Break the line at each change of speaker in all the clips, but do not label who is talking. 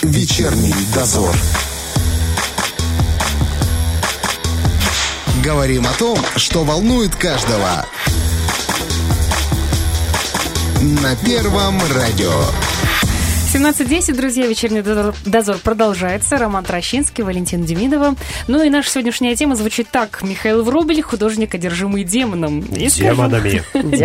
Вечерний дозор. Говорим о том, что волнует каждого. На Первом радио.
17:10, друзья, вечерний дозор продолжается. Роман Трощинский, Валентина Демидова. Ну и наша сегодняшняя тема звучит так. Михаил Врубель, художник, одержимый демоном.
Демонами.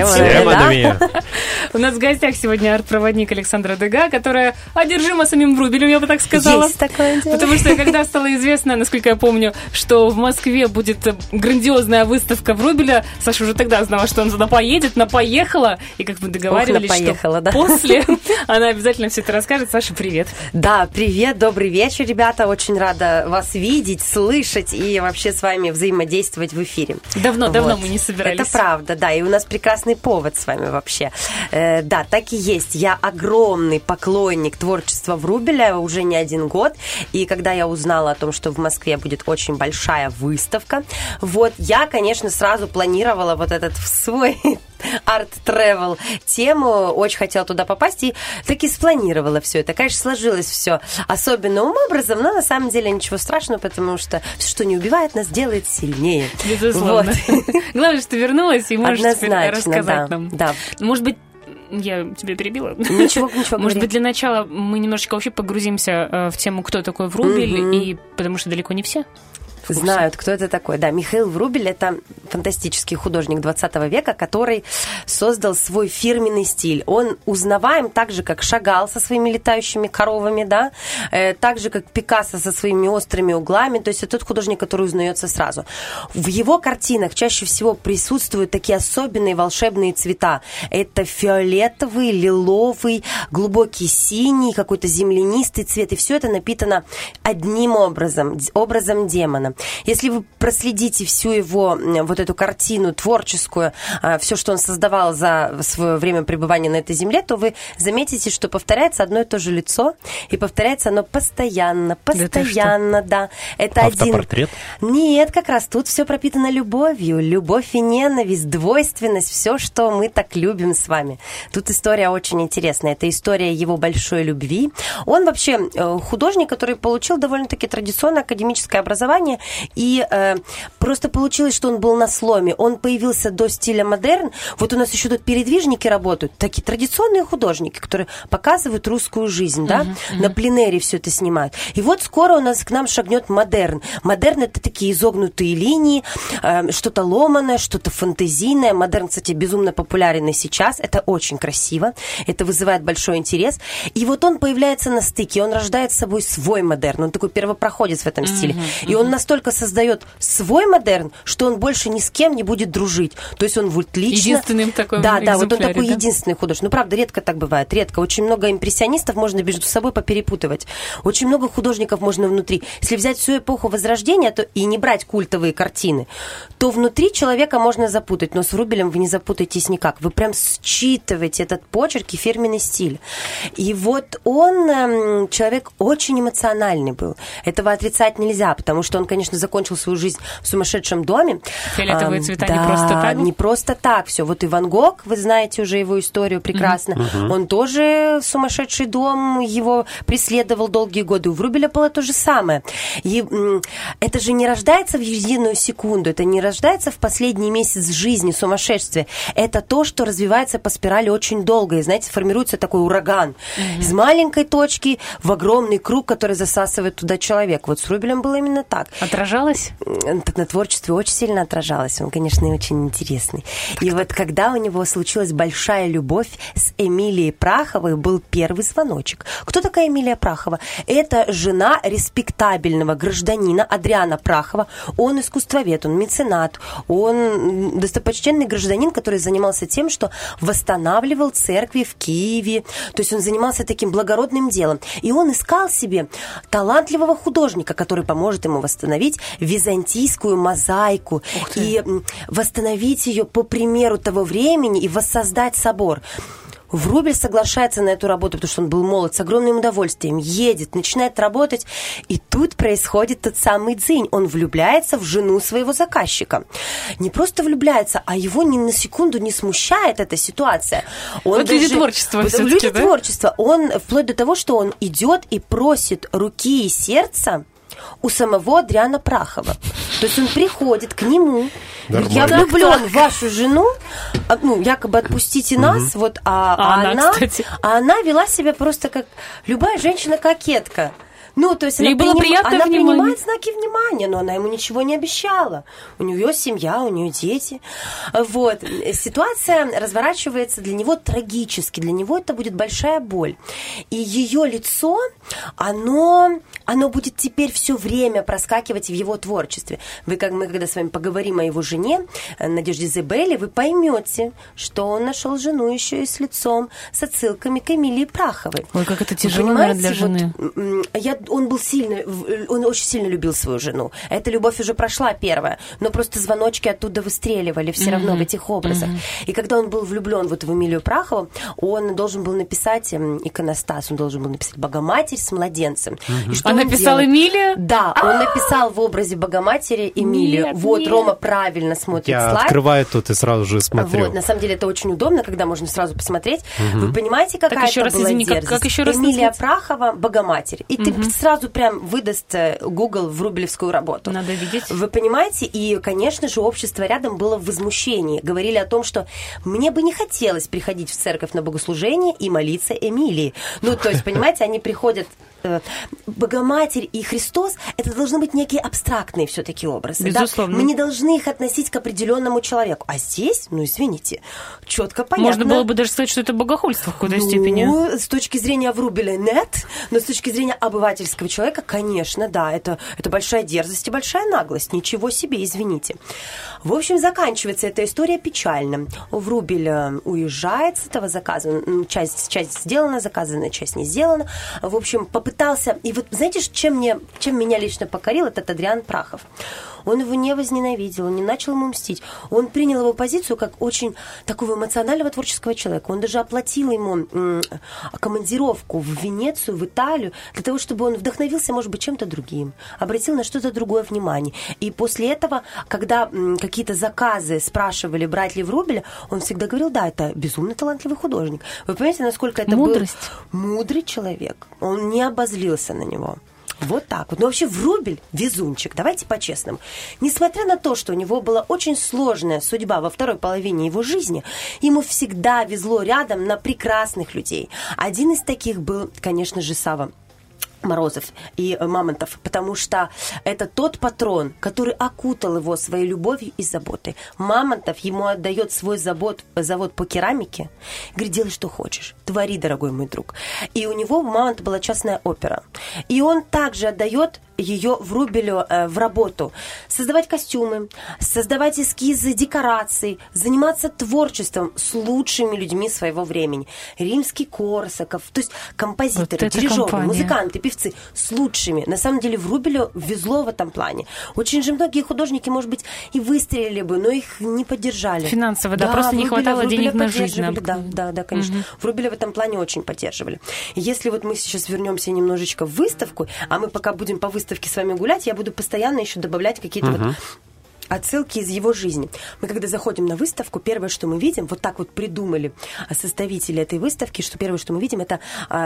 У нас в гостях сегодня арт-проводник Александра Дега, которая одержима самим Врубелем, я бы так сказала.
Есть такое дело.
Потому что когда стало известно, насколько я помню, что в Москве будет грандиозная выставка Врубеля, Саша уже тогда знала, что он туда поедет, она поехала, и как мы договаривались, что после она обязательно все это расскажет. Саша, привет.
Да, привет, добрый вечер, ребята. Очень рада вас видеть, слышать и вообще с вами взаимодействовать в эфире.
Давно мы не собирались.
Это правда, да, и у нас прекрасный повод с вами вообще. Да, так и есть. Я огромный поклонник творчества Врубеля уже не один год. И когда я узнала о том, что в Москве будет очень большая выставка, вот, я, конечно, сразу планировала вот этот свой арт-тревел тему, очень хотела туда попасть и таки спланировала все это. Конечно, сложилось все особенным образом, но на самом деле ничего страшного, потому что все, что не убивает нас, делает сильнее.
Безусловно. Вот. Главное, что вернулась и можешь теперь рассказать нам.
Да.
Может быть, я тебя перебила?
Ничего.
Может быть, для начала мы немножечко вообще погрузимся в тему, кто такой Врубель, и потому что далеко не все
знают, кто это такой. Да, Михаил Врубель – это фантастический художник 20 века, который создал свой фирменный стиль. Он узнаваем так же, как Шагал со своими летающими коровами, да, так же, как Пикассо со своими острыми углами. То есть это тот художник, который узнается сразу. В его картинах чаще всего присутствуют такие особенные волшебные цвета. Это фиолетовый, лиловый, глубокий синий, какой-то землянистый цвет. И все это напитано одним образом демона. Если вы проследите всю его вот эту картину творческую, все, что он создавал за свое время пребывания на этой земле, то вы заметите, что повторяется одно и то же лицо, и повторяется оно постоянно, да. Это
автопортрет?
Нет, как раз тут все пропитано любовью. Любовь и ненависть, двойственность, все, что мы так любим с вами. Тут история очень интересная. Это история его большой любви. Он вообще художник, который получил довольно-таки традиционное академическое образование, и просто получилось, что он был на сломе. Он появился до стиля модерн. Вот у нас еще тут передвижники работают, такие традиционные художники, которые показывают русскую жизнь, да, на пленэре все это снимают. И вот скоро у нас к нам шагнет модерн. Модерн — это такие изогнутые линии, что-то ломаное, что-то фантазийное. Модерн, кстати, безумно популярен и сейчас. Это очень красиво, это вызывает большой интерес. И вот он появляется на стыке, он рождает с собой свой модерн. Он такой первопроходец в этом стиле. И он настолько создает свой модерн, что он больше ни с кем не будет дружить. То есть он будет лично...
Единственным такой
Да, вот он такой единственный художник. Ну, правда, редко так бывает, редко. Очень много импрессионистов можно между собой поперепутывать. Очень много художников можно внутри. Если взять всю эпоху Возрождения и не брать культовые картины, то внутри человека можно запутать. Но с Врубелем вы не запутаетесь никак. Вы прям считываете этот почерк и фирменный стиль. И вот он человек очень эмоциональный был. Этого отрицать нельзя, потому что он, конечно, закончил свою жизнь в сумасшедшем доме.
Фиолетовые цвета
да,
не просто так?
Не просто так. Все. Вот и Ван Гог, вы знаете уже его историю прекрасно. Он тоже сумасшедший дом, его преследовал долгие годы. У Врубеля было то же самое. И это же не рождается в единую секунду, это не рождается в последний месяц жизни, сумасшествие. Это то, что развивается по спирали очень долго. И, знаете, формируется такой ураган. Из маленькой точки в огромный круг, который засасывает туда человека. Вот с Врубелем было именно так.
Отражалось?
На творчестве очень сильно отражалось. Он, конечно, и очень интересный. И вот когда у него случилась большая любовь с Эмилией Праховой, был первый звоночек. Кто такая Эмилия Прахова? Это жена респектабельного гражданина Адриана Прахова. Он искусствовед, он меценат, он достопочтенный гражданин, который занимался тем, что восстанавливал церкви в Киеве. То есть он занимался таким благородным делом. И он искал себе талантливого художника, который поможет ему восстановить византийскую мозаику и восстановить ее по примеру того времени и воссоздать собор. Врубель соглашается на эту работу, потому что он был молод, с огромным удовольствием, едет, начинает работать, и тут происходит тот самый дзынь. Он влюбляется в жену своего заказчика. Не просто влюбляется, а его ни на секунду не смущает эта ситуация.
Он люди творчества все-таки,
люди творчества. Он, вплоть до того, что он идет и просит руки и сердца у самого Адриана Прахова. То есть он приходит к нему, говорит, я влюблен в вашу жену, якобы отпустите нас, а она вела себя просто как любая женщина-кокетка. То есть она принимает знаки внимания, но она ему ничего не обещала. У нее семья, у нее дети. Ситуация разворачивается для него трагически. Для него это будет большая боль. И ее лицо, оно будет теперь все время проскакивать в его творчестве. Мы когда с вами поговорим о его жене, Надежде Зебели, вы поймете, что он нашел жену еще и с лицом, с отсылками к Эмилии Праховой.
Ой, как это тяжело, наверное, для жены.
Он очень сильно любил свою жену. Эта любовь уже прошла первая, но просто звоночки оттуда выстреливали все равно в этих образах. И когда он был влюблен в Эмилию Прахову, он должен был написать иконостас, он должен был написать Богоматерь с младенцем.
А написал Эмилия?
Да, он написал в образе Богоматери Эмилию. Рома правильно смотрит слайд.
Я открываю тут и сразу же смотрю.
На самом деле это очень удобно, когда можно сразу посмотреть. Вы понимаете, какая это была дерзость? Эмилия Прахова, Богоматерь. И ты сразу прям выдаст Google в рубелевскую работу.
Надо видеть.
Вы понимаете? И, конечно же, общество рядом было в возмущении. Говорили о том, что мне бы не хотелось приходить в церковь на богослужение и молиться Эмилии. То есть, понимаете, они приходят... Богоматерь и Христос, это должны быть некие абстрактные все-таки образы.
Безусловно.
Да? Мы не должны их относить к определенному человеку. А здесь, извините, четко понятно.
Можно было бы даже сказать, что это богохульство в какой-то степени.
С точки зрения Врубеля нет, но с точки зрения обывательского человека, конечно, да, это большая дерзость и большая наглость. Ничего себе, извините. В общем, заканчивается эта история печально. Врубель уезжает с этого заказа. Часть сделана, заказанная часть не сделана. В общем, попытался... И знаете, чем меня лично покорил этот Адриан Прахов? Он его не возненавидел, он не начал ему мстить. Он принял его позицию как очень такого эмоционального творческого человека. Он даже оплатил ему командировку в Венецию, в Италию, для того, чтобы он вдохновился, может быть, чем-то другим, обратил на что-то другое внимание. И после этого, когда какие-то заказы спрашивали, брать ли Врубеля, он всегда говорил, да, это безумно талантливый художник. Вы понимаете, насколько это был мудрый человек. Он не обозлился на него. Вот так вот. Но вообще Врубель везунчик, давайте по-честному. Несмотря на то, что у него была очень сложная судьба во второй половине его жизни, ему всегда везло рядом на прекрасных людей. Один из таких был, конечно же, Сава Морозов и Мамонтов, потому что это тот патрон, который окутал его своей любовью и заботой. Мамонтов ему отдает свой завод по керамике, говорит, делай, что хочешь, твори, дорогой мой друг. И у него у Мамонта была частная опера. И он также отдает ее Врубелю в работу. Создавать костюмы, создавать эскизы, декорации, заниматься творчеством с лучшими людьми своего времени. Римский-Корсаков, то есть композиторы, вот дирижеры, музыканты, певцы с лучшими. На самом деле Врубелю везло в этом плане. Очень же многие художники, может быть, и выстрелили бы, но их не поддержали.
Финансово, да, просто не хватало денег на жизнь.
Да, конечно. Врубеля в этом плане очень поддерживали. Если вот мы сейчас вернемся немножечко в выставку, а мы пока будем по выставке с вами гулять, я буду постоянно еще добавлять какие-то вот отсылки из его жизни. Мы когда заходим на выставку, первое, что мы видим, вот так вот придумали составители этой выставки, что первое, что мы видим, это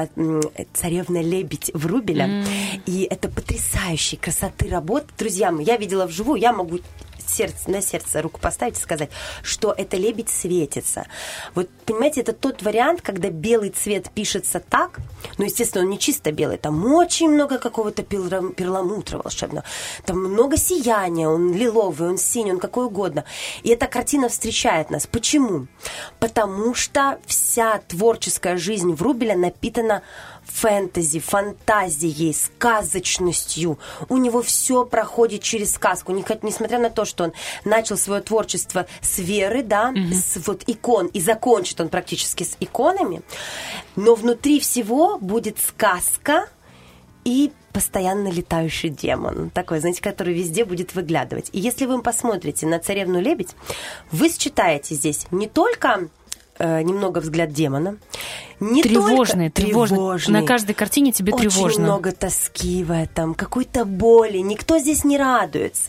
царевна-лебедь Врубеля. И это потрясающей красоты работы. Друзья мои, я видела вживую, я могу на сердце руку поставить и сказать, что эта лебедь светится. Вот, понимаете, это тот вариант, когда белый цвет пишется так, ну, естественно, он не чисто белый, там очень много какого-то перламутра волшебного, там много сияния, он лиловый, он синий, он какой угодно. И эта картина встречает нас. Почему? Потому что вся творческая жизнь Врубеля напитана фэнтези, фантазией, сказочностью. У него все проходит через сказку. Несмотря на то, что он начал свое творчество с веры, да, с вот икон, и закончит он практически с иконами, но внутри всего будет сказка и постоянно летающий демон. Такой, знаете, который везде будет выглядывать. И если вы посмотрите на «Царевну-лебедь», вы считаете здесь не только немного взгляд демона.
Тревожный. На каждой картине тебе тревожно.
Очень много тоски в этом, какой-то боли. Никто здесь не радуется.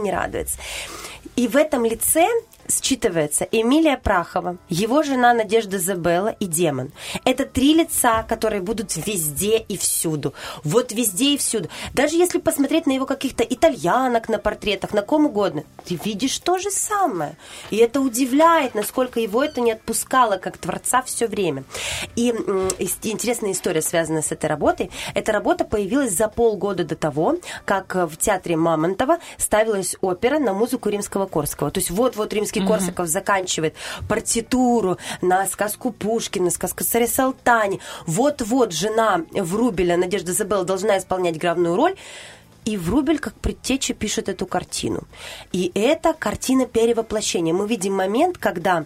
И в этом лице считывается Эмилия Прахова, его жена Надежда Забелла и демон. Это 3 лица, которые будут везде и всюду. Вот везде и всюду. Даже если посмотреть на его каких-то итальянок на портретах, на ком угодно, ты видишь то же самое. И это удивляет, насколько его это не отпускало как творца все время. И интересная история, связанная с этой работой. Эта работа появилась за полгода до того, как в театре Мамонтова ставилась опера на музыку Римского-Корсакова. То есть вот римский Корсаков заканчивает партитуру на сказку Пушкина, сказку «Царе Салтане». Вот-вот жена Врубеля, Надежда Забелла, должна исполнять главную роль. И Врубель, как предтеча, пишет эту картину. И это картина перевоплощения. Мы видим момент, когда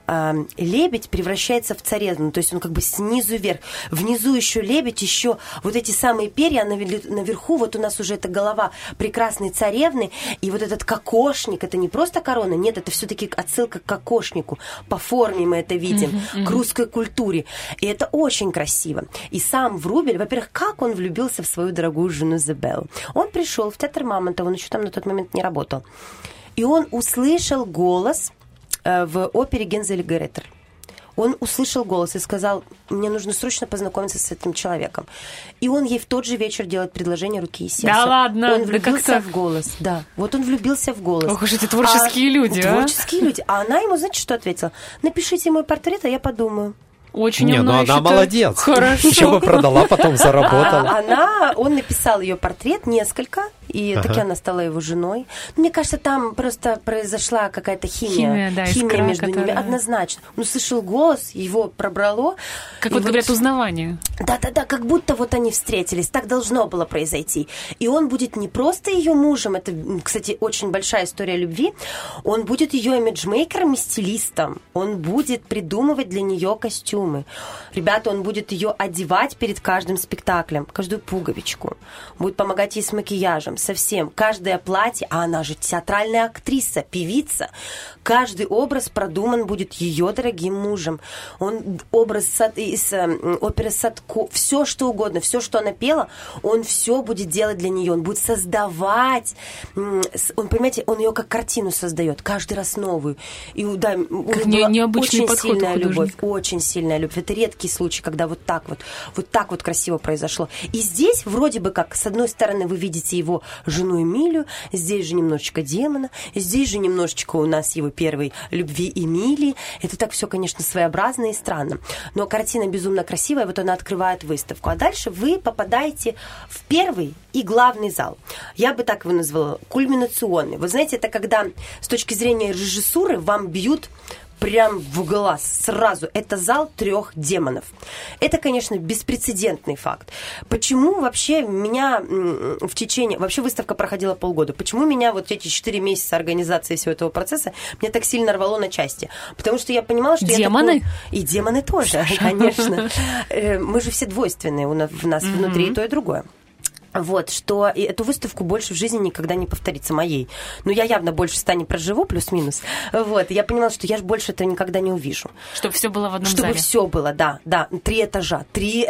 лебедь превращается в царевну. То есть он как бы снизу вверх. Внизу еще лебедь, еще вот эти самые перья, наверху вот у нас уже эта голова прекрасной царевны. И вот этот кокошник, это не просто корона, нет, это все-таки отсылка к кокошнику. По форме мы это видим, к русской культуре. И это очень красиво. И сам Врубель, во-первых, как он влюбился в свою дорогую жену Забеллу. Он пришел в театр Мамонтова, он еще там на тот момент не работал. И он услышал голос в опере «Гензель и Гретель». Он услышал голос и сказал: мне нужно срочно познакомиться с этим человеком. И он ей в тот же вечер делает предложение руки и сердца.
Да ладно?
Он влюбился в голос. Да, вот он влюбился в голос.
Ох уж эти творческие люди,
Творческие люди. А она ему, знаете, что ответила? Напишите мой портрет, а я подумаю.
Очень
умно. Не, она молодец.
Хорошо.
Еще бы продала, потом заработала.
Он написал ее портрет несколько, и таки она стала его женой. Мне кажется, там просто произошла какая-то химия между ними, однозначно. Он услышал голос, его пробрало.
Как вот говорят, узнавание.
Да, как будто вот они встретились. Так должно было произойти. И он будет не просто ее мужем, это, кстати, очень большая история любви, он будет ее имиджмейкером и стилистом. Он будет придумывать для нее костюм. Ребята, он будет ее одевать перед каждым спектаклем, каждую пуговичку. Будет помогать ей с макияжем, совсем. Каждое платье, а она же театральная актриса, певица. Каждый образ продуман будет ее дорогим мужем. Он образ из оперы Садко, все что угодно, все, что она пела, он все будет делать для нее. Он будет создавать. Он, понимаете, он ее как картину создает, каждый раз новую. И да,
как необычный подход
сильная любовь, очень сильная любовь. Это редкий случай, когда вот так вот красиво произошло. И здесь вроде бы как, с одной стороны, вы видите его жену Эмилию, здесь же немножечко демона, здесь же немножечко у нас его первой любви Эмилии. Это так все, конечно, своеобразно и странно. Но картина безумно красивая, вот она открывает выставку. А дальше вы попадаете в первый и главный зал. Я бы так его назвала, кульминационный. Вы знаете, это когда с точки зрения режиссуры вам бьют прям в глаз сразу. Это зал 3 демонов. Это, конечно, беспрецедентный факт. Почему вообще меня в течение... Вообще выставка проходила полгода. Почему меня вот эти 4 месяца организации всего этого процесса меня так сильно рвало на части? Потому что я понимала, что
демоны?
И демоны тоже, конечно. Мы же все двойственные. У нас внутри и то, и другое. Вот, что и эту выставку больше в жизни никогда не повторится, моей. Но я явно больше 100 не проживу, плюс-минус. Вот, и я понимала, что я же больше этого никогда не увижу.
Чтобы все было в одном
зале. Чтобы все было, да. 3 этажа.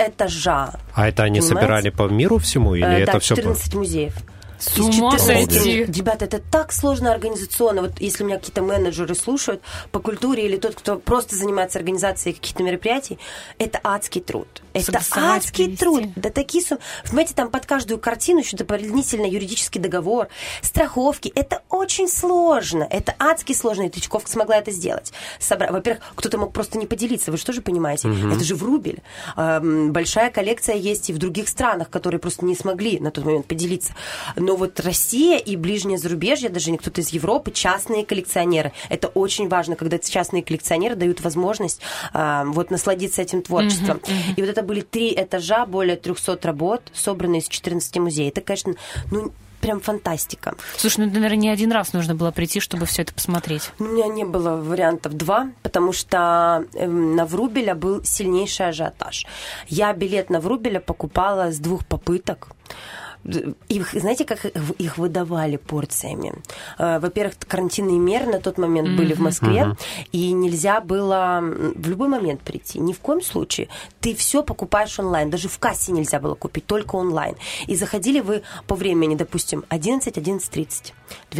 А это они собирали по миру всему? Или это
да,
все
14 музеев.
С ума сойти.
Ребята, это так сложно организационно. Вот если меня какие-то менеджеры слушают по культуре или тот, кто просто занимается организацией каких-то мероприятий, это адский труд. Это адский труд. Да такие суммы. Понимаете, там под каждую картину еще дополнительно юридический договор, страховки. Это очень сложно. Это адски сложно. И Тычковка смогла это сделать. Во-первых, кто-то мог просто не поделиться. Вы что же понимаете? Это же Врубель. Большая коллекция есть и в других странах, которые просто не смогли на тот момент поделиться. Но вот Россия и ближнее зарубежье, даже не кто-то из Европы, частные коллекционеры. Это очень важно, когда частные коллекционеры дают возможность вот насладиться этим творчеством. И вот это были 3 этажа, более 300 работ, собранные из 14 музеев. Это, конечно, прям фантастика.
Слушай, наверное, не один раз нужно было прийти, чтобы все это посмотреть.
У меня не было вариантов 2, потому что на Врубеля был сильнейший ажиотаж. Я билет на Врубеля покупала с 2 попыток. Их, знаете, как их выдавали порциями? Во-первых, карантинные меры на тот момент были в Москве, и нельзя было в любой момент прийти. Ни в коем случае. Ты все покупаешь онлайн. Даже в кассе нельзя было купить, только онлайн. И заходили вы по времени, допустим, 11:30,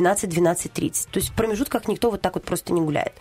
12:30. То есть в промежутках никто вот так вот просто не гуляет.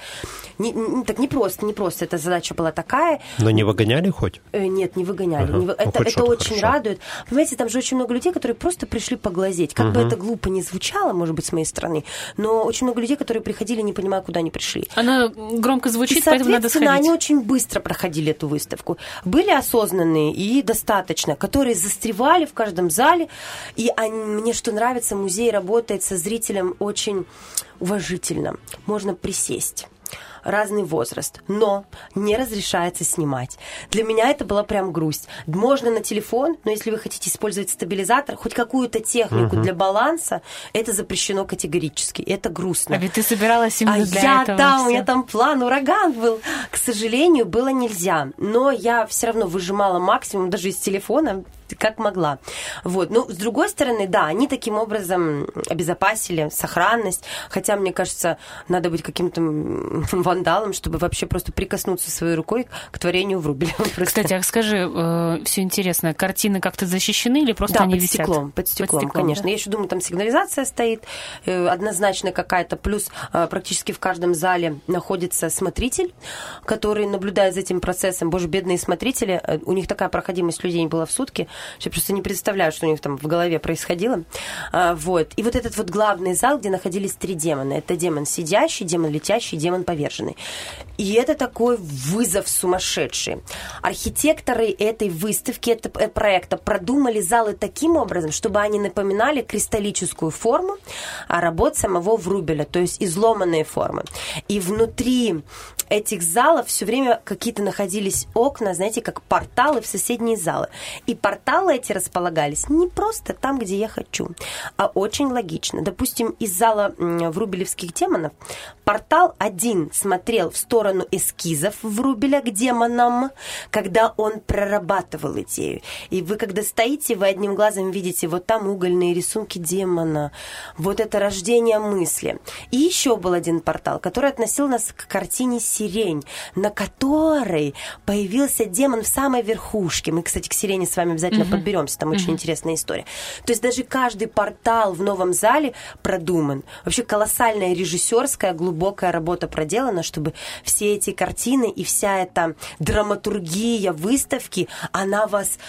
Так не просто. Эта задача была такая.
Но не выгоняли хоть?
Нет, не выгоняли. Это очень радует. Понимаете, там же очень много людей, которые просто пришли поглазеть. Как бы это глупо не звучало, может быть, с моей стороны, но очень много людей, которые приходили, не понимая, куда они пришли.
Она громко звучит, поэтому надо сходить.
Они очень быстро проходили эту выставку. Были осознанные и достаточно, которые застревали в каждом зале. И мне что нравится, музей работает со зрителем очень уважительно. Можно присесть. Разный возраст, но не разрешается снимать. Для меня это была прям грусть. Можно на телефон, но если вы хотите использовать стабилизатор, хоть какую-то технику для баланса, это запрещено категорически. Это грустно.
А ведь ты собиралась именно для этого.
Да, у меня там план, ураган был. К сожалению, было нельзя. Но я все равно выжимала максимум, даже из телефона, как могла. Вот. Но, с другой стороны, да, они таким образом обезопасили сохранность, хотя, мне кажется, надо быть каким-то вандалом, чтобы вообще просто прикоснуться своей рукой к творению Врубеля.
Кстати, а скажи, все интересно, картины как-то защищены или просто они висят?
Под стеклом, конечно. Да? Я еще думаю, там сигнализация стоит, однозначно какая-то, плюс практически в каждом зале находится смотритель, который наблюдает за этим процессом. Боже, бедные смотрители, у них такая проходимость людей была в сутки, я просто не представляю, что у них там в голове происходило. Вот. И вот этот вот главный зал, где находились 3 демона. Это демон сидящий, демон летящий, демон поверженный. И это такой вызов сумасшедший. Архитекторы этой выставки, этого проекта продумали залы таким образом, чтобы они напоминали кристаллическую форму работ самого Врубеля, то есть изломанные формы. И внутри этих залов все время какие-то находились окна, знаете, как порталы в соседние залы. И порталы эти располагались не просто там, где я хочу, а очень логично. Допустим, из зала врубелевских демонов портал один смотрел в сторону эскизов Врубеля к демонам, когда он прорабатывал идею. И вы, когда стоите, вы одним глазом видите вот там угольные рисунки демона, вот это рождение мысли. И еще был один портал, который относил нас к картине «Сирень», на которой появился демон в самой верхушке. Мы, кстати, к «Сирени» с вами обязательно подберемся, там очень интересная история. То есть даже каждый портал в новом зале продуман. Вообще колоссальная режиссерская, глубокая работа проделана, чтобы все эти картины и вся эта драматургия выставки, она вас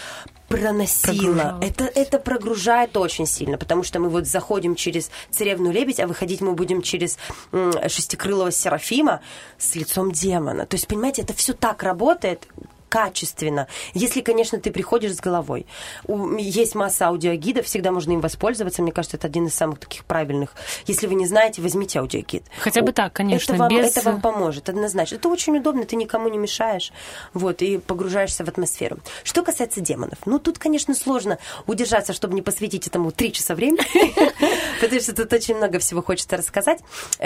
проносила. Это прогружает очень сильно, потому что мы вот заходим через «Царевну лебедь», а выходить мы будем через шестикрылого Серафима с лицом демона. То есть, понимаете, это все так работает качественно, если, конечно, ты приходишь с головой. Есть масса аудиогидов, всегда можно им воспользоваться. Мне кажется, это один из самых таких правильных. Если вы не знаете, возьмите аудиогид.
Хотя бы так, конечно.
Это вам поможет, однозначно. Это очень удобно, ты никому не мешаешь, вот, и погружаешься в атмосферу. Что касается демонов, тут, конечно, сложно удержаться, чтобы не посвятить этому 3 часа времени, потому что тут очень много всего хочется рассказать.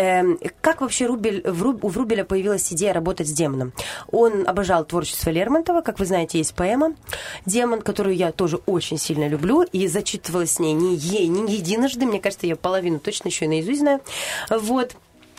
Как вообще у Врубеля появилась идея работать с демоном? Он обожал творчество Лермонтова. Как вы знаете, есть поэма «Демон», которую я тоже очень сильно люблю и зачитывала с ней не единожды. Мне кажется, я половину точно еще и наизусть знаю. Вот.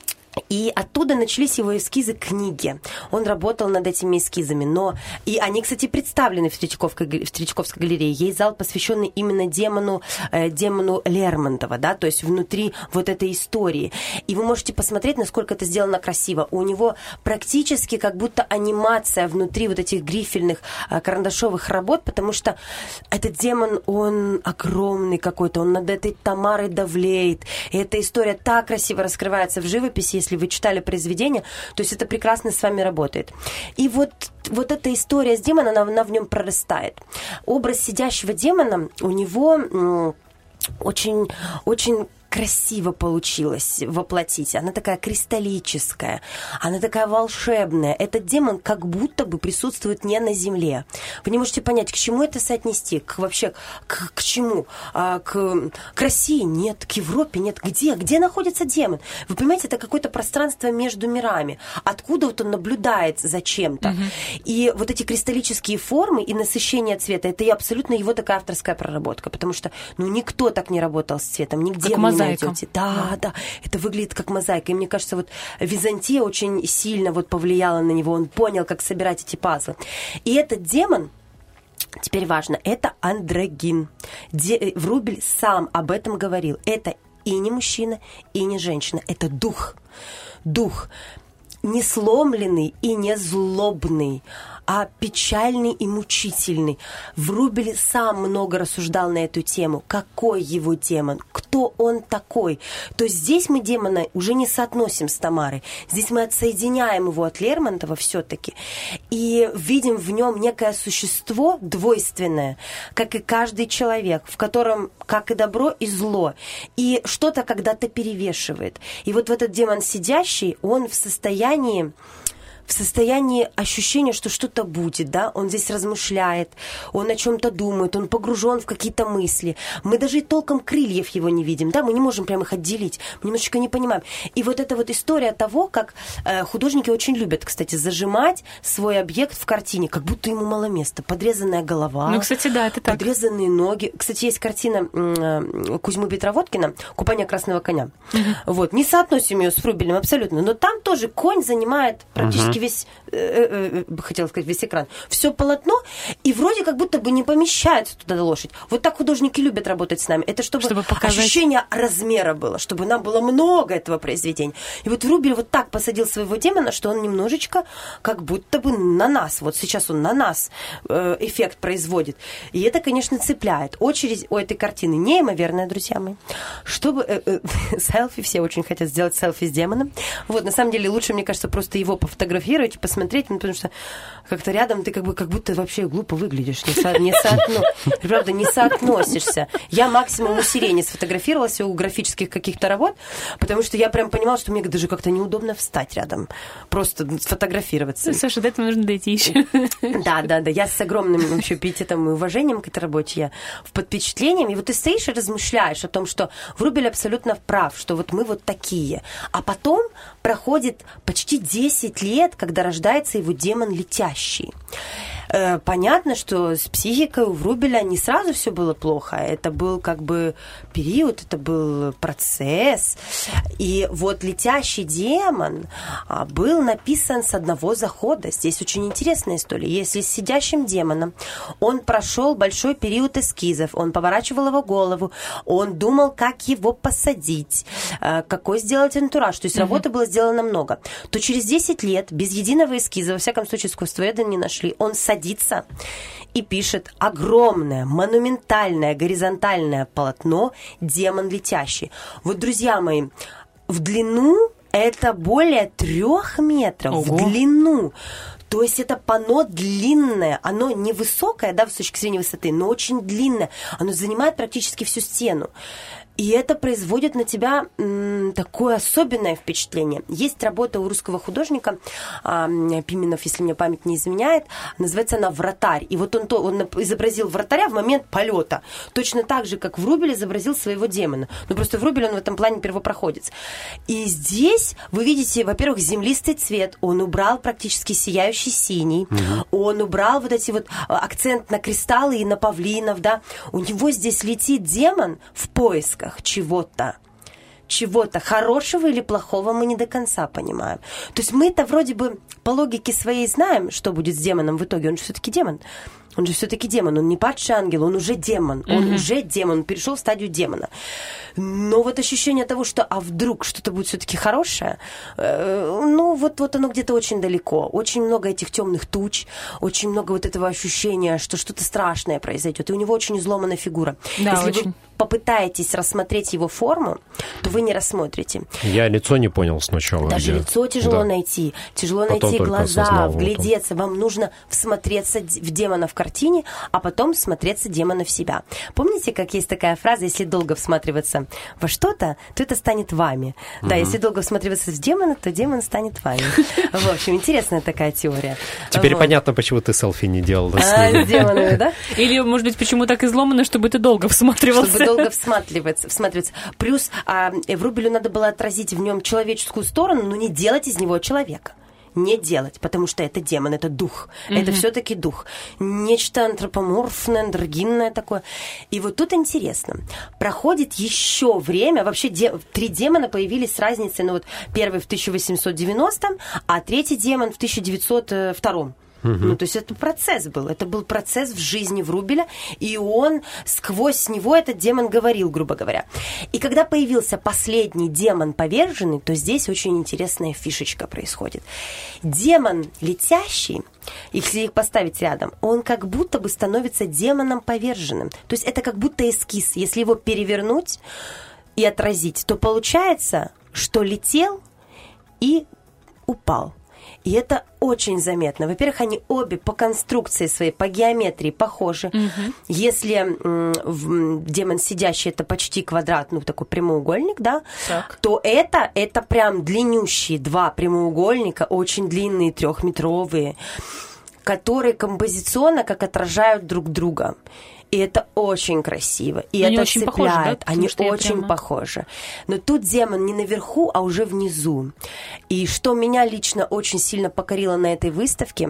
И оттуда начались его эскизы книги. Он работал над этими эскизами. И они, кстати, представлены в Третьяковской галерее. Есть зал, посвященный именно демону Лермонтова, да, то есть внутри вот этой истории. И вы можете посмотреть, насколько это сделано красиво. У него практически как будто анимация внутри вот этих грифельных карандашовых работ, потому что этот демон, он огромный какой-то, он над этой Тамарой давлеет. И эта история так красиво раскрывается в живописи, если вы читали произведение, то есть это прекрасно с вами работает. И вот эта история с демоном, она в нем прорастает. Образ сидящего демона у него очень, очень красиво получилось воплотить. Она такая кристаллическая, она такая волшебная. Этот демон как будто бы присутствует не на земле. Вы не можете понять, к чему это соотнести, вообще к чему? К России нет, к Европе нет. Где находится демон? Вы понимаете, это какое-то пространство между мирами. Откуда вот он наблюдает за чем-то. И вот эти кристаллические формы и насыщение цвета, это и абсолютно его такая авторская проработка, потому что, никто так не работал с цветом, нигде
как
вы не
мозаика.
найдете. Да, это выглядит как мозаика. И мне кажется, вот Византия очень сильно вот повлияла на него, он понял, как собирать эти пазлы. И этот демон, теперь важно, это андрогин. Врубель сам об этом говорил. Это и не мужчина, и не женщина, это дух. Дух не сломленный и не злобный, а печальный и мучительный. Врубель сам много рассуждал на эту тему. Какой его демон? Кто он такой? То есть здесь мы демона уже не соотносим с Тамарой. Здесь мы отсоединяем его от Лермонтова все-таки и видим в нем некое существо двойственное, как и каждый человек, в котором как и добро, и зло. И что-то когда-то перевешивает. И вот в этот демон сидящий, он в состоянии ощущения, что что-то будет, да, он здесь размышляет, он о чем-то думает, он погружен в какие-то мысли. Мы даже и толком крыльев его не видим, да, мы не можем прямо их отделить, мы немножечко не понимаем. И вот эта вот история того, как художники очень любят, кстати, зажимать свой объект в картине, как будто ему мало места. Подрезанная голова,
кстати, да, это так.
Подрезанные ноги. Кстати, есть картина Кузьмы Петроводкина «Купание красного коня». Вот, не соотносим ее с Врубелем абсолютно, но там тоже конь занимает практически весь, хотела сказать, весь экран, все полотно, и вроде как будто бы не помещается туда лошадь. Вот так художники любят работать с нами. Это чтобы показать ощущение размера было, чтобы нам было много этого произведения. И вот Врубель вот так посадил своего демона, что он немножечко как будто бы на нас, вот сейчас он на нас эффект производит. И это, конечно, цепляет. Очередь у этой картины неимоверная, друзья мои. Чтобы селфи, все очень хотят сделать селфи с демоном. Вот, на самом деле, лучше, мне кажется, просто его пофотографировать и посмотреть, потому что как-то рядом ты как будто вообще глупо выглядишь, правда, не соотносишься. Я максимум у Сирени сфотографировалась у графических каких-то работ, потому что я прям понимала, что мне даже как-то неудобно встать рядом, просто сфотографироваться.
Саша, до этого нужно дойти еще.
Да, я с огромным вообще пиететом и уважением к этой работе, я под впечатлением, и вот ты стоишь и размышляешь о том, что Врубель абсолютно прав, что вот мы вот такие, а потом проходит почти 10 лет, когда рождается его демон летящий. Понятно, что с психикой у Врубеля не сразу все было плохо. Это был как бы период, это был процесс. И вот «Летящий демон» был написан с одного захода. Здесь очень интересная история. Если с «Сидящим демоном» он прошел большой период эскизов, он поворачивал его голову, он думал, как его посадить, какой сделать антураж. То есть работы было сделано много. То через 10 лет без единого эскиза, во всяком случае, искусствоведы не нашли, он садится и пишет огромное, монументальное, горизонтальное полотно «Демон летящий». Вот, друзья мои, в длину это более 3 метров. Ого. В длину. То есть это панно длинное, оно не высокое, да, с точки зрения высоты, но очень длинное. Оно занимает практически всю стену. И это производит на тебя такое особенное впечатление. Есть работа у русского художника, Пименов, если мне память не изменяет, называется она «Вратарь». И вот он изобразил вратаря в момент полета. Точно так же, как Врубель изобразил своего демона. Но просто Врубель, он в этом плане первопроходец. И здесь вы видите, во-первых, землистый цвет. Он убрал практически сияющий синий. Он убрал вот эти вот акцент на кристаллы и на павлинов, да. У него здесь летит демон в поисках чего-то хорошего или плохого, мы не до конца понимаем. То есть мы-то вроде бы по логике своей знаем, что будет с демоном в итоге. Он же все-таки демон. Он же все-таки демон, он не падший ангел, он уже демон. Он уже демон, он перешел в стадию демона. Но вот ощущение того, что вдруг что-то будет все-таки хорошее, вот оно где-то очень далеко. Очень много этих темных туч, очень много вот этого ощущения, что что-то страшное произойдет. И у него очень изломанная фигура.
Да, очень.
попытаетесь рассмотреть его форму, то вы не рассмотрите.
Я лицо не понял сначала.
Даже лицо тяжело найти. Тяжело потом найти глаза, вглядеться. Вам нужно всмотреться в демона в картине, а потом всмотреться демона в себя. Помните, как есть такая фраза: если долго всматриваться во что-то, то это станет вами. Да, если долго всматриваться в демона, то демон станет вами. В общем, интересная такая теория.
Теперь понятно, почему ты селфи не делала с
ними. С демонами, да?
Или, может быть, почему так изломано, чтобы ты долго всматривался.
Чтобы долго всматриваться. Плюс Врубелю надо было отразить в нем человеческую сторону, но не делать из него человека. Не делать, потому что это демон, это дух. Это все-таки дух. Нечто антропоморфное, андрогинное такое. И вот тут интересно. Проходит еще время. Вообще 3 демона появились с разницей. Ну вот первый в 1890-м, а третий демон в 1902-м. Ну, то есть это процесс был. Это был процесс в жизни Врубеля, и он сквозь него, этот демон, говорил, грубо говоря. И когда появился последний демон поверженный, то здесь очень интересная фишечка происходит. Демон летящий, если их поставить рядом, он как будто бы становится демоном поверженным. То есть это как будто эскиз. Если его перевернуть и отразить, то получается, что летел и упал. И это очень заметно. Во-первых, они обе по конструкции своей, по геометрии похожи. Если демон сидящий, это почти квадрат, ну, такой прямоугольник, да, то это прям длиннющие 2 прямоугольника, очень длинные, 3-метровые, которые композиционно как отражают друг друга. И это очень красиво. И
они
это
очень
цепляет.
Похожи, да?
Они очень похожи. Но тут демон не наверху, а уже внизу. И что меня лично очень сильно покорило на этой выставке,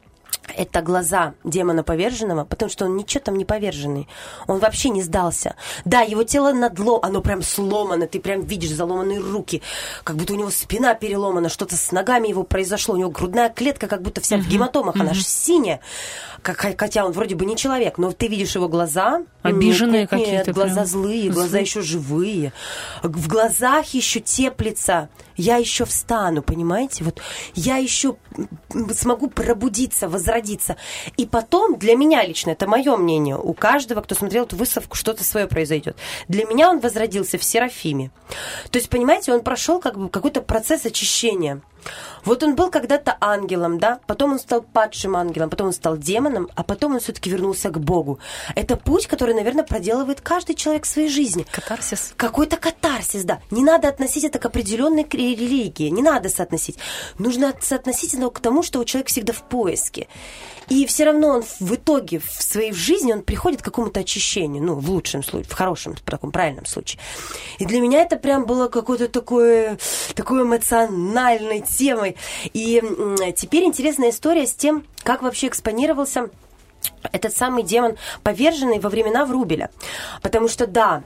это глаза демона поверженного, потому что он ничего там не поверженный. Он вообще не сдался. Да, его тело оно прям сломано, ты прям видишь заломанные руки, как будто у него спина переломана, что-то с ногами его произошло, у него грудная клетка как будто вся в гематомах, она же синяя. Хотя он вроде бы не человек, но ты видишь его глаза.
Обиженные какие-то.
Нет, глаза злые, глаза еще живые. В глазах еще теплится. Я еще встану, понимаете? Вот я еще смогу пробудиться, возродиться. И потом, для меня лично, это мое мнение, у каждого, кто смотрел эту выставку, что-то свое произойдет. Для меня он возродился в Серафиме. То есть, понимаете, он прошел как бы какой-то процесс очищения. Вот он был когда-то ангелом, да, потом он стал падшим ангелом, потом он стал демоном, а потом он все-таки вернулся к Богу. Это путь, который, наверное, проделывает каждый человек в своей жизни.
Катарсис.
Какой-то катарсис, да. Не надо относить это к определенной религии, не надо соотносить. Нужно соотносить это к тому, что человек всегда в поиске. И все равно он в итоге в своей жизни он приходит к какому-то очищению, ну, в лучшем случае, в хорошем, в таком правильном случае. И для меня это прям было какой-то такой эмоциональной темой. И теперь интересная история с тем, как вообще экспонировался этот самый демон поверженный во времена Врубеля. Потому что, да,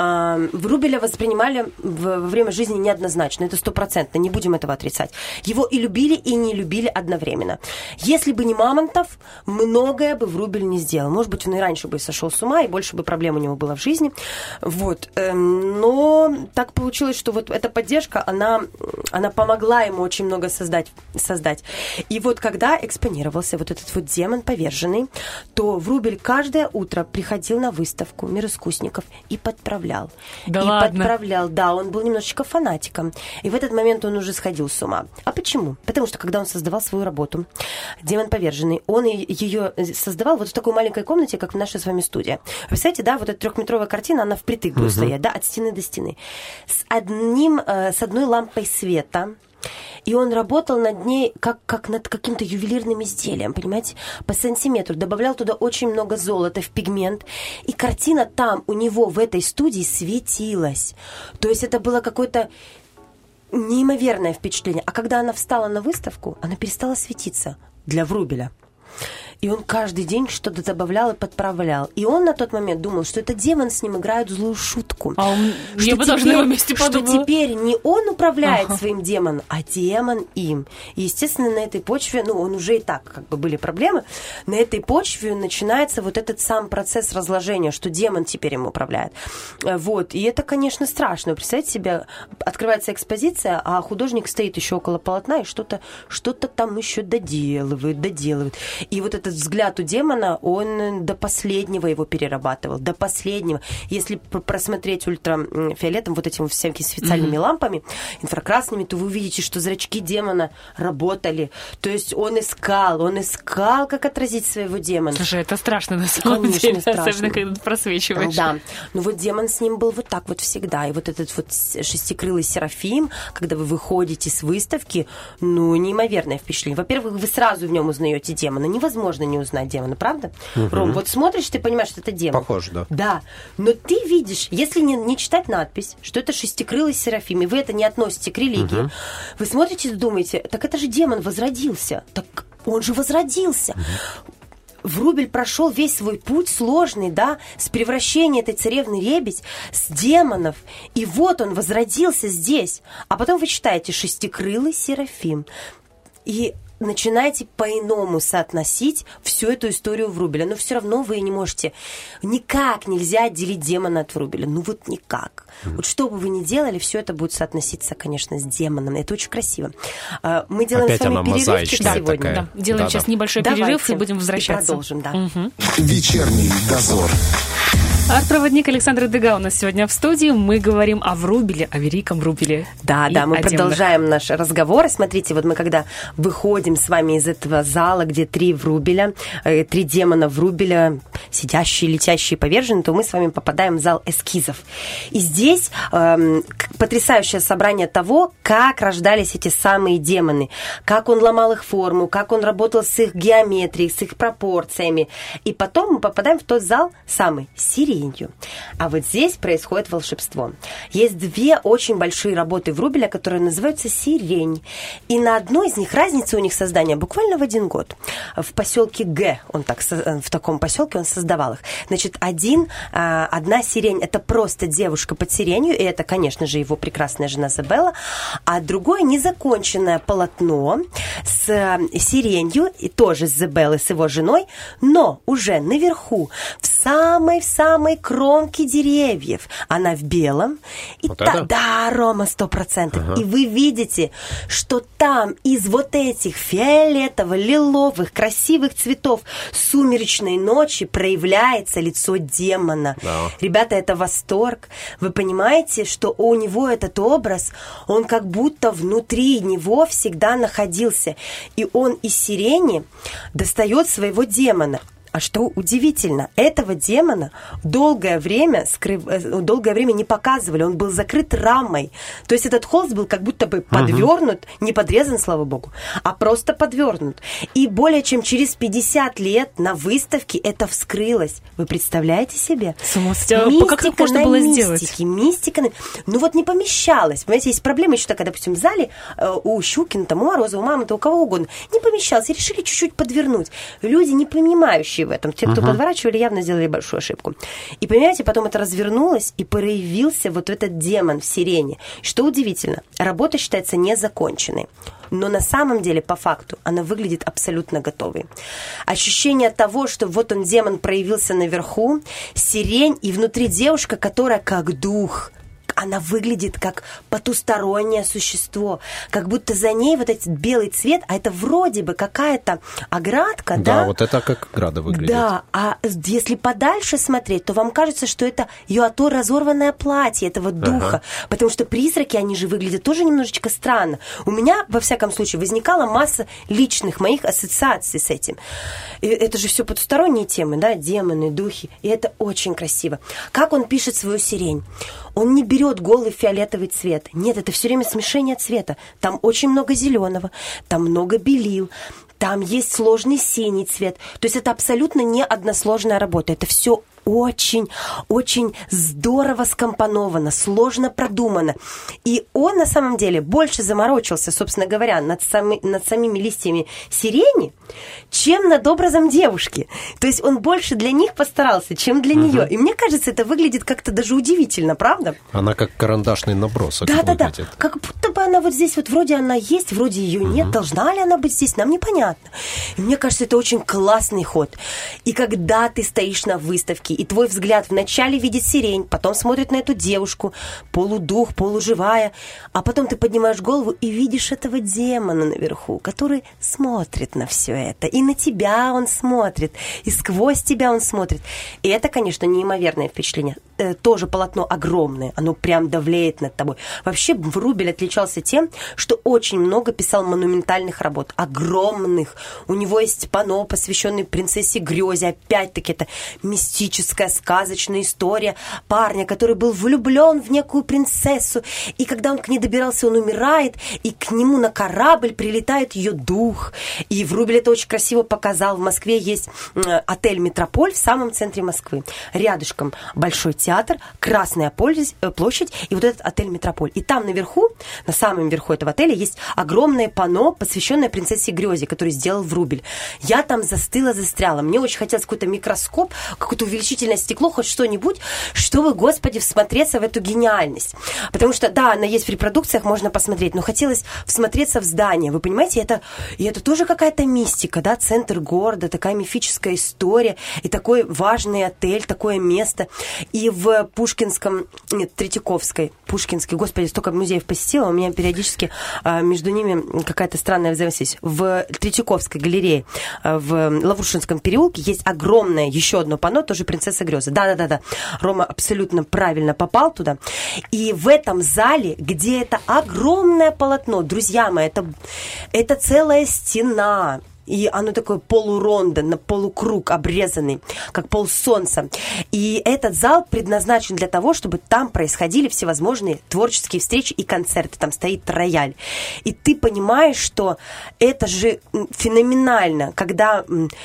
Врубеля воспринимали во время жизни неоднозначно. Это 100%, не будем этого отрицать. Его и любили, и не любили одновременно. Если бы не Мамонтов, многое бы Врубель не сделал. Может быть, он и раньше бы сошел с ума, и больше бы проблем у него было в жизни. Вот. Но так получилось, что вот эта поддержка, она помогла ему очень много создать. И вот когда экспонировался вот этот вот демон поверженный, то Врубель каждое утро приходил на выставку «Мир искусников» и подправлял. Подправлял, да, он был немножечко фанатиком. И в этот момент он уже сходил с ума. А почему? Потому что, когда он создавал свою работу, «Демон поверженный», он ее создавал вот в такой маленькой комнате, как в нашей с вами студии. Представляете, да, вот эта 3-метровая картина, она впритык будет стоять, да, от стены до стены. С одной лампой света. И он работал над ней как над каким-то ювелирным изделием, понимаете, по сантиметру. Добавлял туда очень много золота в пигмент. И картина там у него в этой студии светилась. То есть это было какое-то неимоверное впечатление. А когда она встала на выставку, она перестала светиться для Врубеля. И он каждый день что-то добавлял и подправлял. И он на тот момент думал, что это демон с ним играет злую шутку.
Я бы тоже на его месте подумала.
Что теперь не он управляет своим демоном, а демон им. И, естественно, на этой почве, он уже и так как бы были проблемы, на этой почве начинается вот этот сам процесс разложения, что демон теперь им управляет. Вот. И это, конечно, страшно. Представьте себе, открывается экспозиция, а художник стоит еще около полотна и что-то там еще доделывает. И вот это этот взгляд у демона, он до последнего его перерабатывал, до последнего. Если просмотреть ультрафиолетом, вот этими всякими специальными лампами, инфракрасными, то вы увидите, что зрачки демона работали. То есть он искал, как отразить своего демона.
Слушай, это страшно на самом деле, особенно когда ты просвечиваешь.
Да, но вот демон с ним был вот так вот всегда. И вот этот вот шестикрылый Серафим, когда вы выходите с выставки, неимоверное впечатление. Во-первых, вы сразу в нем узнаете демона. Невозможно не узнать демона, правда? Ром, вот смотришь, ты понимаешь, что это демон.
Похоже, да.
Да, но ты видишь, если не читать надпись, что это шестикрылый Серафим, и вы это не относите к религии, вы смотрите и думаете, так это же демон возродился. Так он же возродился. Врубель прошел весь свой путь сложный, да, с превращения этой царевны Ребедь, с демонов. И вот он возродился здесь. А потом вы читаете «Шестикрылый Серафим». И начинаете по-иному соотносить всю эту историю Врубеля. Но все равно вы не можете, никак нельзя отделить демона от Врубеля. Вот никак. Вот что бы вы ни делали, все это будет соотноситься, конечно, с демоном. Это очень красиво. Мы делаем
опять
с вами перерывчик сегодня.
Такая.
Да. Делаем сейчас небольшой перерыв и будем возвращаться.
И продолжим, да.
Вечерний дозор.
Арт-проводник Александра Дега у нас сегодня в студии. Мы говорим о Врубеле, о великом Врубеле.
Да, мы продолжаем наш разговор. Смотрите, вот мы когда выходим с вами из этого зала, где 3 Врубеля, 3 демона Врубеля, сидящие, летящие, поверженные, то мы с вами попадаем в зал эскизов. И здесь потрясающее собрание того, как рождались эти самые демоны, как он ломал их форму, как он работал с их геометрией, с их пропорциями. И потом мы попадаем в тот зал самый сиренью. А вот здесь происходит волшебство. Есть 2 очень большие работы Врубеля, которые называются «Сирень». И на одной из них разница у них создания буквально в 1 год. В поселке Г, в таком поселке он создавал их. Значит, одна сирень – это просто девушка под сиренью, и это, конечно же, его прекрасная жена Изабелла, а другое незаконченное полотно с сиренью, и тоже с Изабеллой, с его женой, но уже наверху, в самой кромке деревьев. Она в белом. И
вот это?
Да, Рома, 100%. Ага. И вы видите, что там из вот этих фиолетово-лиловых красивых цветов сумеречной ночи проявляется лицо демона.
Да.
Ребята, это восторг. Вы понимаете, что у него этот образ, он как будто внутри него всегда находился. И он из сирени достает своего демона. А что удивительно, этого демона долгое время не показывали, он был закрыт рамой. То есть этот холст был как будто бы подвернут, не подрезан, слава богу, а просто подвернут. И более чем через 50 лет на выставке это вскрылось. Вы представляете себе?
Как это можно было сделать?
Мистика. Не помещалось. Понимаете, есть проблема еще такая, допустим, в зале у Щукина, у Мороза, у Мамонта, у кого угодно. Не помещалось, и решили чуть-чуть подвернуть. Люди, не понимающие в этом. Те, кто подворачивали, явно сделали большую ошибку. И, понимаете, потом это развернулось, и проявился вот этот демон в сирене. Что удивительно, работа считается незаконченной. Но на самом деле, по факту, она выглядит абсолютно готовой. Ощущение того, что вот он, демон, проявился наверху, сирень, и внутри девушка, которая как дух. Она выглядит как потустороннее существо, как будто за ней вот этот белый цвет, а это вроде бы какая-то оградка, да?
Да, вот это как ограда выглядит.
Да, а если подальше смотреть, то вам кажется, что это Юато разорванное платье этого духа, потому что призраки, они же выглядят тоже немножечко странно. У меня, во всяком случае, возникала масса личных моих ассоциаций с этим. И это же все потусторонние темы, да, демоны, духи, и это очень красиво. Как он пишет свою сирень? Он не берет голый фиолетовый цвет. Нет, это все время смешение цвета. Там очень много зеленого, там много белил, там есть сложный синий цвет. То есть это абсолютно не односложная работа. Это все очень здорово скомпоновано, сложно продумано. И он, на самом деле, больше заморочился, собственно говоря, над самими листьями сирени, чем над образом девушки. То есть он больше для них постарался, чем для нее. И мне кажется, это выглядит как-то даже удивительно, правда?
Она как карандашный набросок выглядит.
Как будто бы она вот здесь, вот вроде она есть, вроде ее нет, должна ли она быть здесь, нам непонятно. И мне кажется, это очень классный ход. И когда ты стоишь на выставке, и твой взгляд вначале видит сирень, потом смотрит на эту девушку, полудух, полуживая, а потом ты поднимаешь голову и видишь этого демона наверху, который смотрит на все это. И на тебя он смотрит, и сквозь тебя он смотрит. И это, конечно, неимоверное впечатление. Тоже полотно огромное, оно прям давлеет над тобой. Вообще Врубель отличался тем, что очень много писал монументальных работ, огромных. У него есть панно, посвященное принцессе Грезе. Опять-таки это мистическая, сказочная история парня, который был влюблен в некую принцессу, и когда он к ней добирался, он умирает, и к нему на корабль прилетает ее дух. И Врубель это очень красиво показал. В Москве есть отель «Метрополь» в самом центре Москвы. Рядышком большой театр, Красная площадь и вот этот отель «Метрополь». И там наверху, на самом верху этого отеля, есть огромное панно, посвященное принцессе Грезе, которое сделал Врубель. Я там застряла. Мне очень хотелось какой-то микроскоп, какое-то увеличительное стекло, хоть что-нибудь, чтобы, Господи, всмотреться в эту гениальность. Потому что, да, она есть в репродукциях, можно посмотреть, но хотелось всмотреться в здание. Вы понимаете, это тоже какая-то мистика, да, центр города, такая мифическая история, и такой важный отель, такое место. И в Третьяковской, Господи, столько музеев посетила, у меня периодически между ними какая-то странная взаимосвязь. В Третьяковской галерее в Лаврушинском переулке есть огромное еще одно панно, тоже «Принцесса Грезы». Да. Рома абсолютно правильно попал туда. И в этом зале, где это огромное полотно, друзья мои, это целая стена. И оно такое полурондо, на полукруг обрезанный, как полсолнца. И этот зал предназначен для того, чтобы там происходили всевозможные творческие встречи и концерты. Там стоит рояль. И ты понимаешь, что это же феноменально, когда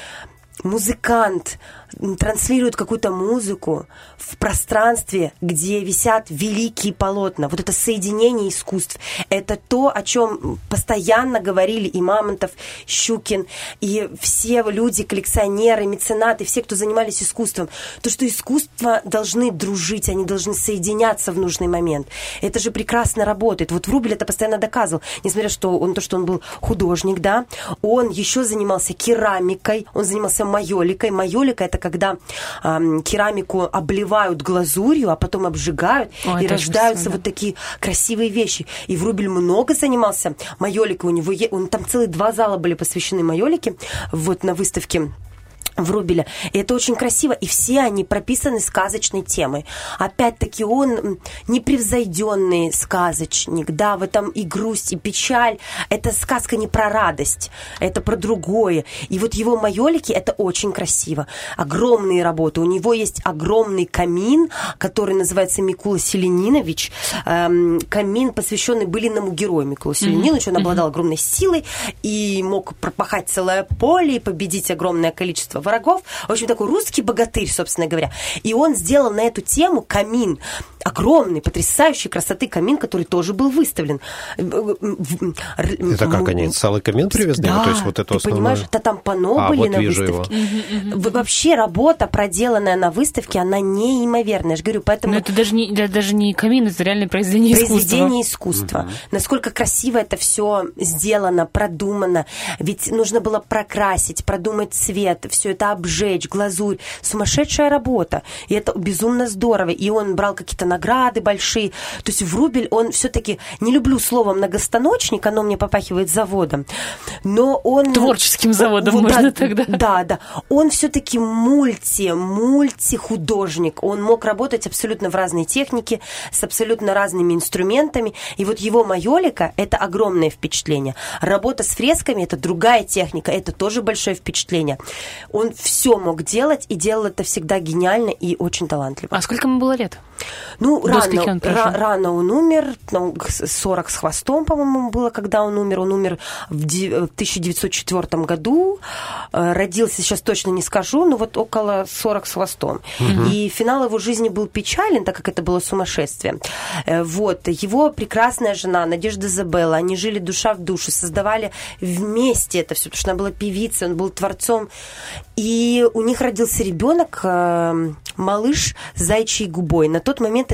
музыкант транслирует какую-то музыку в пространстве, где висят великие полотна. Вот это соединение искусств. Это то, о чем постоянно говорили и Мамонтов, Щукин, и все люди, коллекционеры, меценаты, все, кто занимались искусством. То, что искусства должны дружить, они должны соединяться в нужный момент. Это же прекрасно работает. Вот Врубель это постоянно доказывал. Несмотря что он был художник, да, он еще занимался керамикой, он занимался майоликой. Майолика — это когда керамику обливают глазурью, а потом обжигают, и рождаются вот такие красивые вещи. И Врубель много занимался майоликой. У него там целые 2 зала были посвящены майолике, вот на выставке Врубеля. И это очень красиво. И все они прописаны сказочной темой. Опять-таки он непревзойденный сказочник. Да, в этом и грусть, и печаль. Это сказка не про радость. Это про другое. И вот его майолики, это очень красиво. Огромные работы. У него есть огромный камин, который называется Микула Селенинович. Камин, посвященный былинному герою Микула Селениновичу. Он обладал огромной силой и мог пропахать целое поле и победить огромное количество врагов. В общем, такой русский богатырь, собственно говоря. И он сделал на эту тему камин. Огромный, потрясающей красоты камин, который тоже был выставлен.
Это как они, целый камин привезли?
Да,
то есть вот это
ты
основное...
понимаешь, это там панно были вот на выставке. Вообще работа, проделанная на выставке, она неимоверная. Я же говорю, поэтому...
Но это даже не камин, это реальное произведение искусства.
Произведение искусства. Насколько красиво это все сделано, продумано. Ведь нужно было прокрасить, продумать цвет, все это обжечь, глазурь. Сумасшедшая работа. И это безумно здорово. И он брал какие-то награды большие. То есть Врубель, он все-таки, не люблю слово многостаночник, оно мне попахивает заводом, но он...
Творческим заводом можно тогда.
Да. Он все-таки мультихудожник. Он мог работать абсолютно в разной технике, с абсолютно разными инструментами. И вот его майолика — это огромное впечатление. Работа с фресками — это другая техника, это тоже большое впечатление. Он все мог делать, и делал это всегда гениально и очень талантливо.
А сколько ему было лет?
Ну, рано он умер, 40 с хвостом, по-моему, было, когда он умер. Он умер в 1904 году, родился, сейчас точно не скажу, но вот около 40 с хвостом. И финал его жизни был печален, так как это было сумасшествие. Вот. Его прекрасная жена Надежда Изабелла, они жили душа в душу, создавали вместе это все, потому что она была певицей, он был творцом. И у них родился ребенок, малыш с заячьей губой. На тот момент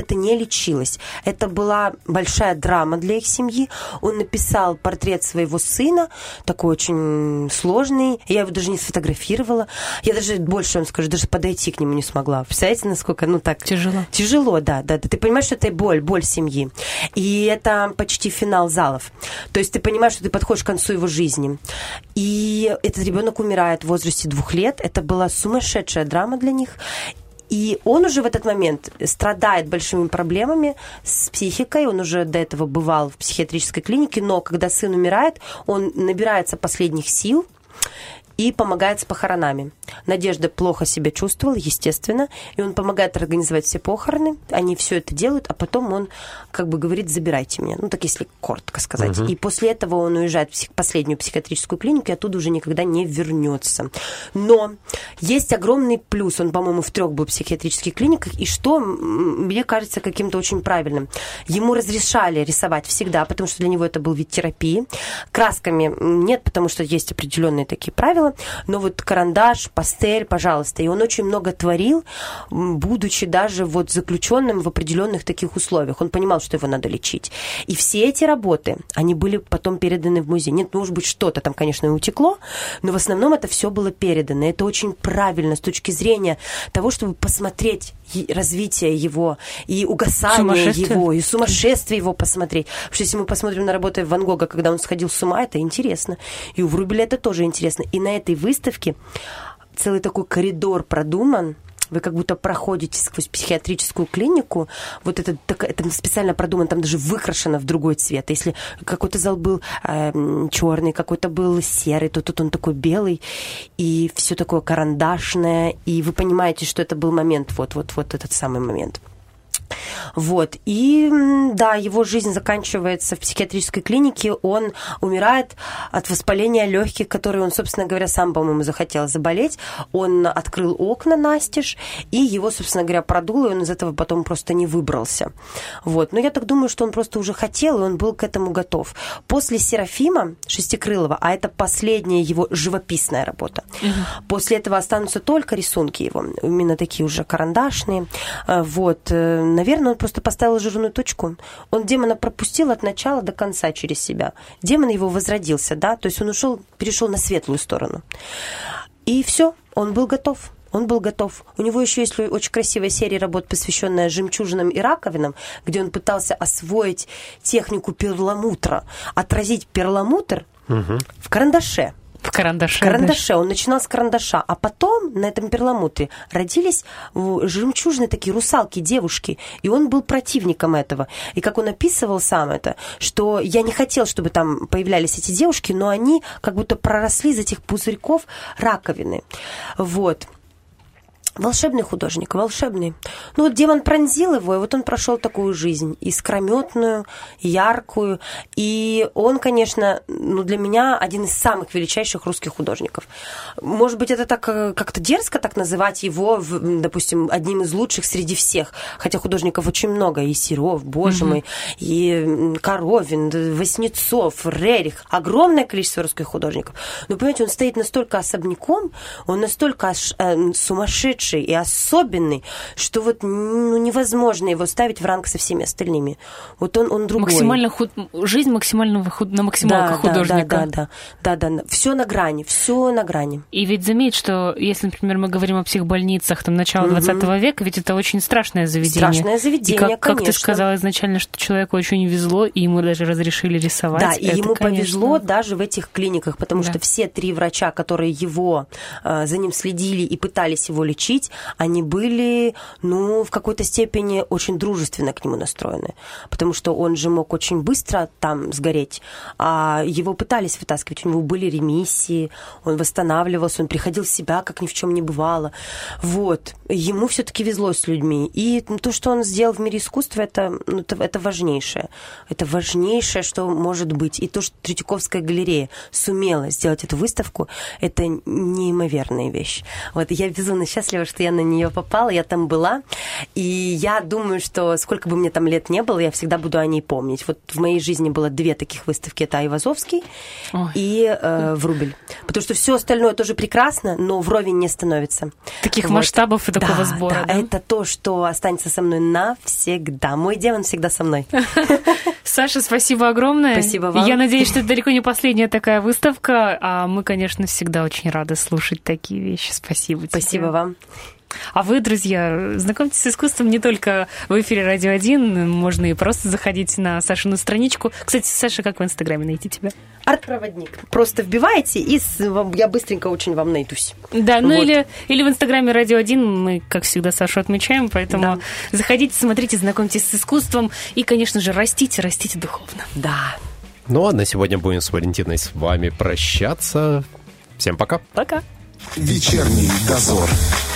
это не лечилось. Это была большая драма для их семьи. Он написал портрет своего сына, такой очень сложный. Я его даже не сфотографировала. Я даже больше вам скажу, даже подойти к нему не смогла. Представляете, насколько, так...
Тяжело.
Тяжело, да. Ты понимаешь, что это боль семьи. И это почти финал залов. То есть ты понимаешь, что ты подходишь к концу его жизни. И этот ребенок умирает в возрасте 2 лет. Это была сумасшедшая драма для них. И он уже в этот момент страдает большими проблемами с психикой. Он уже до этого бывал в психиатрической клинике, но когда сын умирает, он набирается последних сил и помогает с похоронами. Надежда плохо себя чувствовала, естественно, и он помогает организовать все похороны. Они все это делают, а потом он говорит: забирайте меня. Так если коротко сказать. И после этого он уезжает в последнюю психиатрическую клинику и оттуда уже никогда не вернется. Но есть огромный плюс. Он, по-моему, в 3 был психиатрических клиниках, и что мне кажется каким-то очень правильным. Ему разрешали рисовать всегда, потому что для него это был вид терапии. Красками нет, потому что есть определенные такие правила. Но вот карандаш, пастель, пожалуйста. И он очень много творил, будучи даже заключенным в определенных таких условиях. Он понимал, что его надо лечить. И все эти работы, они были потом переданы в музей. Нет, может быть, что-то там, конечно, и утекло, но в основном это все было передано. Это очень правильно с точки зрения того, чтобы посмотреть развитие его, и угасание его, и сумасшествие его посмотреть. Потому что если мы посмотрим на работы Ван Гога, когда он сходил с ума, это интересно. И у Врубеля это тоже интересно. И на этой выставке целый такой коридор продуман. Вы как будто проходите сквозь психиатрическую клинику. Это специально продумано, там даже выкрашено в другой цвет. Если какой-то зал был черный, какой-то был серый, то тут он такой белый. И все такое карандашное. И вы понимаете, что это был момент, вот этот самый момент. И да, его жизнь заканчивается в психиатрической клинике. Он умирает от воспаления легких, которые он, собственно говоря, сам, по-моему, захотел заболеть. Он открыл окна настежь, и его, собственно говоря, продуло, и он из этого потом просто не выбрался. Но я так думаю, что он просто уже хотел, и он был к этому готов. После «Серафима» Шестикрылова, а это последняя его живописная работа, после этого останутся только рисунки его, именно такие уже карандашные. Наверное, он просто поставил жирную точку. Он демона пропустил от начала до конца через себя. Демон его возродился, да, то есть он перешел на светлую сторону. И все, он был готов. Он был готов. У него еще есть очень красивая серия работ, посвященная жемчужинам и раковинам, где он пытался освоить технику перламутра, отразить перламутр в карандаше.
В карандаше.
Да. Он начинал с карандаша, а потом на этом перламутре родились жемчужные такие русалки, девушки, и он был противником этого. И как он описывал сам это, что я не хотел, чтобы там появлялись эти девушки, но они как будто проросли из этих пузырьков раковины. Волшебный художник, волшебный. Демон пронзил его, и он прошел такую жизнь, искрометную, яркую. И он, конечно, для меня один из самых величайших русских художников. Может быть, это так как-то дерзко так называть его, допустим, одним из лучших среди всех. Хотя художников очень много. И Серов, боже мой, и Коровин, Васнецов, Рерих. Огромное количество русских художников. Но, понимаете, он стоит настолько особняком, он настолько сумасшедший и особенный, что невозможно его ставить в ранг со всеми остальными. Он другой.
Жизнь максимального на максималках художника.
Да. Все на грани.
И ведь заметь, что если, например, мы говорим о психбольницах начала 20 века, ведь это очень страшное заведение.
Страшное заведение,
и как ты сказала изначально, что человеку очень везло, и ему даже разрешили рисовать.
Да, и ему повезло даже в этих клиниках, потому что все 3 врача, которые за ним следили и пытались его лечить, они были, в какой-то степени очень дружественно к нему настроены, потому что он же мог очень быстро там сгореть, а его пытались вытаскивать, у него были ремиссии, он восстанавливался, он приходил в себя, как ни в чем не бывало. Ему все-таки везло с людьми, и то, что он сделал в мире искусства, это важнейшее. Это важнейшее, что может быть. И то, что Третьяковская галерея сумела сделать эту выставку, это неимоверная вещь. Я безумно счастлива, счастлива, что я на нее попала, я там была. И я думаю, что сколько бы мне там лет не было, я всегда буду о ней помнить. Вот в моей жизни было 2 таких выставки. Это Айвазовский и Врубель. Потому что все остальное тоже прекрасно, но вровень не становится.
Таких масштабов и такого сбора.
Да, это то, что останется со мной навсегда. Мой демон всегда со мной.
Саша, спасибо огромное.
Спасибо вам.
Я надеюсь, что это далеко не последняя такая выставка, а мы, конечно, всегда очень рады слушать такие вещи. Спасибо тебе.
Спасибо вам.
А вы, друзья, знакомьтесь с искусством не только в эфире «Радио 1», можно и просто заходить на Сашину страничку. Кстати, Саша, как в Инстаграме найти тебя?
Арт-проводник. Просто вбиваете, и я быстренько очень вам найдусь.
Да, ну вот. или в Инстаграме «Радио 1», мы, как всегда, Сашу отмечаем, поэтому заходите, смотрите, знакомьтесь с искусством и, конечно же, растите духовно.
Да.
Ну а на сегодня будем с Валентиной с вами прощаться. Всем пока.
Пока.
Вечерний дозор.